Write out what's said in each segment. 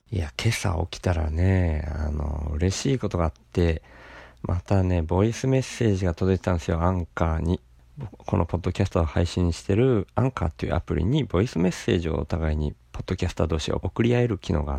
いや、今朝起きたらね、嬉しいことがあって、またね、ボイスメッセージが届いたんですよ、アンカーに。このポッドキャストを配信してるアンカーっていうアプリにボイスメッセージをお互いにポッドキャスター同士を送り合える機能があって、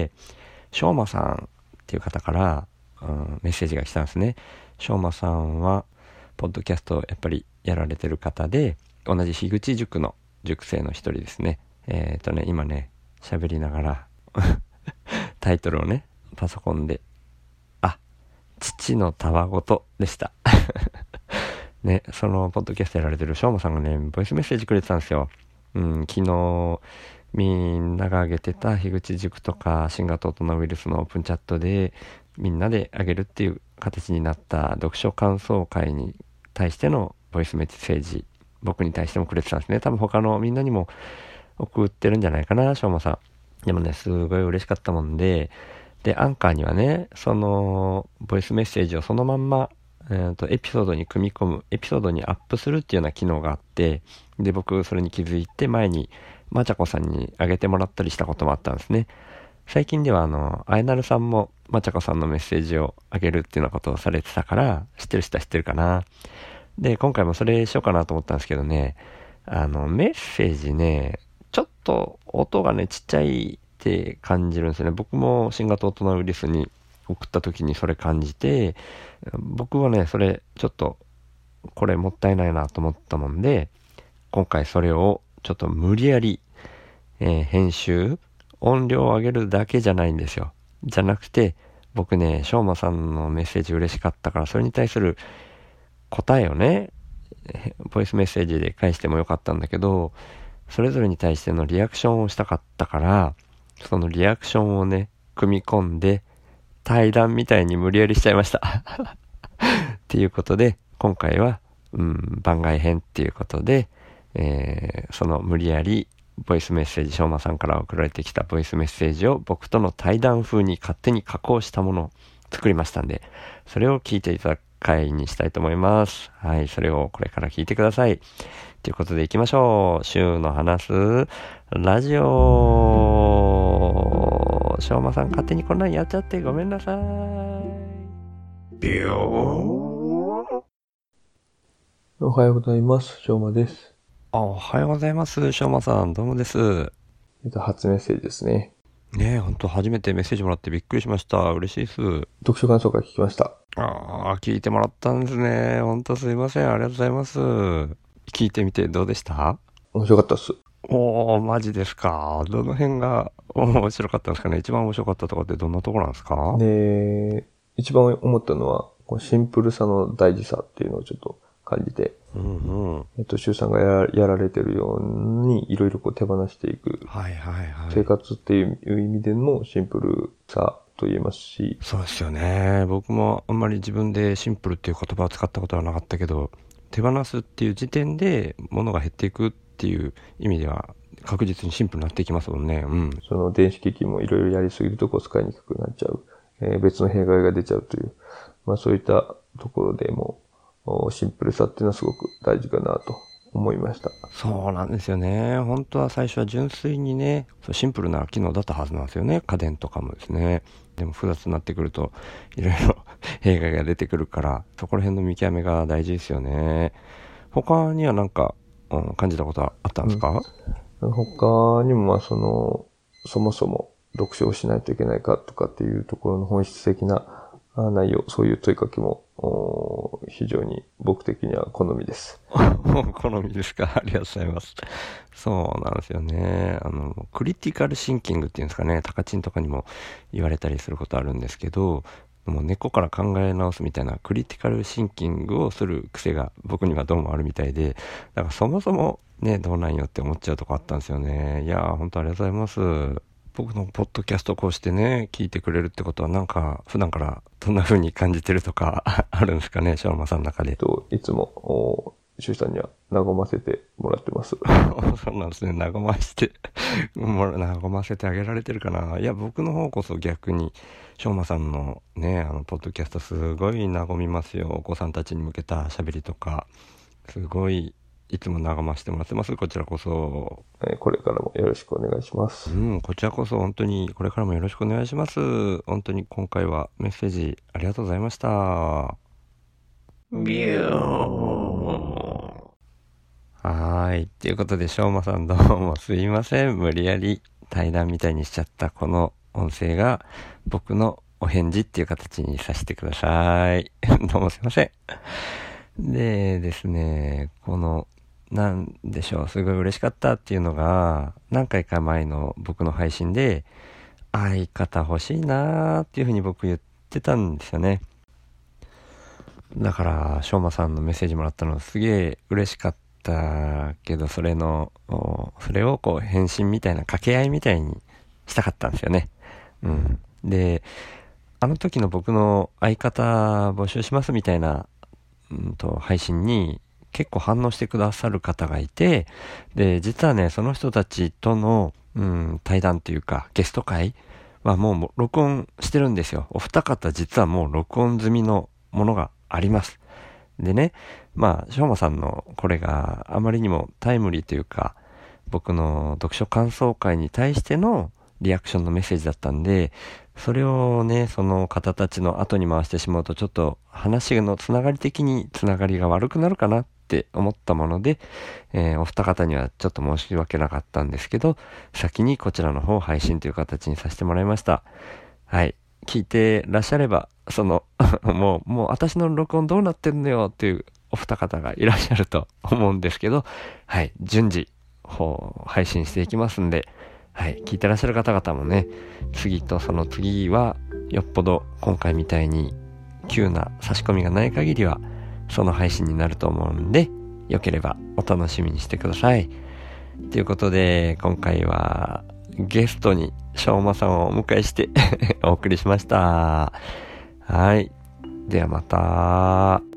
しょうまさんっていう方から、メッセージが来たんですね。しょうまさんはポッドキャストをやっぱりやられてる方で、同じ樋口塾の塾生の一人ですね。今ね、喋りながらタイトルをね、パソコンで、父のたわごとでした。ね、そのポッドキャストやられてるしょうまさんがね、ボイスメッセージくれてたんですよ。昨日みんなが挙げてた樋口塾とか新型コロナウイルスのオープンチャットでみんなであげるっていう形になった読書感想会に対してのボイスメッセージ、僕に対してもくれてたんですね。多分他のみんなにも送ってるんじゃないかな、しょうまさん。でもね、すごい嬉しかったもんで、アンカーにはね、そのボイスメッセージをそのまんまエピソードに組み込む、エピソードにアップするっていうような機能があって、で、僕それに気づいて前にまちゃこさんにあげてもらったりしたこともあったんですね。最近ではあやなるさんもまちゃこさんのメッセージをあげるっていうようなことをされてたから、知ってる人は知ってるかな。で、今回もそれしようかなと思ったんですけどね、メッセージね、ちょっと音がね、ちっちゃいって感じるんですよね。僕も新型コロナウイルスに送った時にそれ感じて、僕はね、それちょっとこれもったいないなと思ったもんで、今回それをちょっと無理やり、編集、音量を上げるだけじゃないんですよ。じゃなくて、僕ね、しょうまさんのメッセージ嬉しかったから、それに対する答えをね、ボイスメッセージで返してもよかったんだけど、それぞれに対してのリアクションをしたかったから、そのリアクションをね、組み込んで、対談みたいに無理やりしちゃいました。っていうことで、今回は、番外編っていうことで、その無理やりボイスメッセージ、しょうまさんから送られてきたボイスメッセージを僕との対談風に勝手に加工したものを作りましたんで、それを聞いていただく回にしたいと思います。はい、それをこれから聞いてください。ということで行きましょう。週の話すラジオ。しょうまさん勝手にこんなんやっちゃってごめんなさい。ビヨー。 おはようございます。しょうまです。 おはようございます。しょうまさん、どうもです。 初メッセージですね。 ねえ、ほんと初めてメッセージもらってびっくりしました。嬉しいです。 読書感想会聞きました。 聞いてもらったんですね。ほんとすいません。ありがとうございます。聞いてみてどうでした？ 面白かったっす。 マジですか。どの辺が面白かったんですかね。一番面白かったところってどんなところなんですか？ で、一番思ったのは、こうシンプルさの大事さっていうのをちょっと感じて、周さんがやられてるように、いろいろこう手放していく。 はいはいはい。 生活っていう意味でのシンプルさと言えますし。 そうですよね。僕もあんまり自分でシンプルっていう言葉を使ったことはなかったけど、手放すっていう時点で物が減っていくっていう意味では確実にシンプルになっていきますもんね。 その電子機器もいろいろやりすぎるとこう使いにくくなっちゃう。別の弊害が出ちゃうという。そういったところでも、シンプルさっていうのはすごく大事かなと思いました。 そうなんですよね。本当は最初は純粋にね、シンプルな機能だったはずなんですよね。家電とかもですね。でも複雑になってくると、いろいろ弊害が出てくるから、そこら辺の見極めが大事ですよね。他にはなんか、感じたことはあったんですか？ 他にもそもそも読書をしないといけないかとかっていうところの本質的な内容、そういう問いかけも非常に僕的には好みです。 好みですか？ありがとうございます。そうなんですよね。クリティカルシンキングっていうんですかね、タカチンとかにも言われたりすることあるんですけど、もう根っこから考え直すみたいなクリティカルシンキングをする癖が僕にはどうもあるみたいで、だからそもそもね、どうなんよって思っちゃうとこあったんですよね。いやー、本当ありがとうございます。僕のポッドキャストこうしてね、聞いてくれるってことはなんか普段からどんな風に感じてるとかあるんですかね、しょうまさんの中で。 いつも、周さんには和ませてもらってます。 そうなんですね。和ましてもう和ませてあげられてるかな。いや、僕の方こそ逆に、しょうまさんのね、ポッドキャストすごい和みますよ。お子さんたちに向けた喋りとか、すごいいつも眺ませてもらってます。こちらこそ。 これからもよろしくお願いします。 こちらこそ本当にこれからもよろしくお願いします。本当に今回はメッセージありがとうございました。ビュー。はい。ということで、しょうまさんどうもすいません。無理やり対談みたいにしちゃったこの音声が僕のお返事っていう形にさせてください。どうもすいません。でですね、なんでしょう、すごい嬉しかったっていうのが、何回か前の僕の配信で、相方欲しいなーっていうふうに僕言ってたんですよね。だから、しょうまさんのメッセージもらったのすげえ嬉しかったけど、それをこう返信みたいな掛け合いみたいにしたかったんですよね。で、あの時の僕の相方募集しますみたいな、配信に結構反応してくださる方がいて、で、実はね、その人たちとの、対談というか、ゲスト会はもう録音してるんですよ。お二方実はもう録音済みのものがあります。でね、しょうまさんのこれがあまりにもタイムリーというか、僕の読書感想会に対してのリアクションのメッセージだったんで、それをね、その方たちの後に回してしまうとちょっと話のつながり的につながりが悪くなるかなって思ったもので、お二方にはちょっと申し訳なかったんですけど、先にこちらの方を配信という形にさせてもらいました。はい。聞いてらっしゃれば、もう私の録音どうなってんのよっていうお二方がいらっしゃると思うんですけど、はい。順次、配信していきますんで、はい。聞いてらっしゃる方々もね、次とその次は、よっぽど今回みたいに急な差し込みがない限りは、その配信になると思うんで、よければお楽しみにしてください。ということで、今回はゲストにしょうまさんをお迎えしてお送りしました。はい。ではまた。